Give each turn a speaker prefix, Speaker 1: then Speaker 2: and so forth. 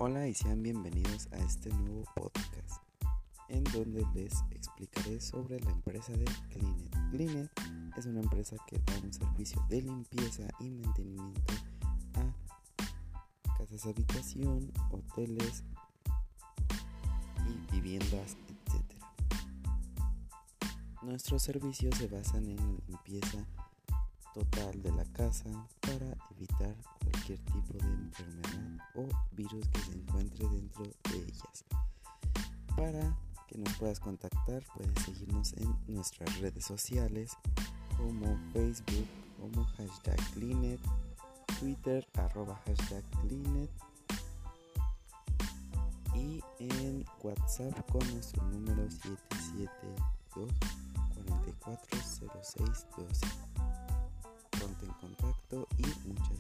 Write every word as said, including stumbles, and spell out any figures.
Speaker 1: Hola y sean bienvenidos a este nuevo podcast en donde les explicaré sobre la empresa de Cleanet. Cleanet es una empresa que da un servicio de limpieza y mantenimiento a casas habitación, hoteles y viviendas, etcétera. Nuestros servicios se basan en la limpieza total de la casa para evitar cualquier tipo de enfermedad o virus que se encuentre dentro de ellas. Para que nos puedas contactar, puedes seguirnos en nuestras redes sociales como Facebook como hashtag Cleanet, Twitter arroba hashtag Cleanet y en WhatsApp con nuestro número siete siete dos, cuatro cuatro cero seis uno dos. Ponte en contacto y muchas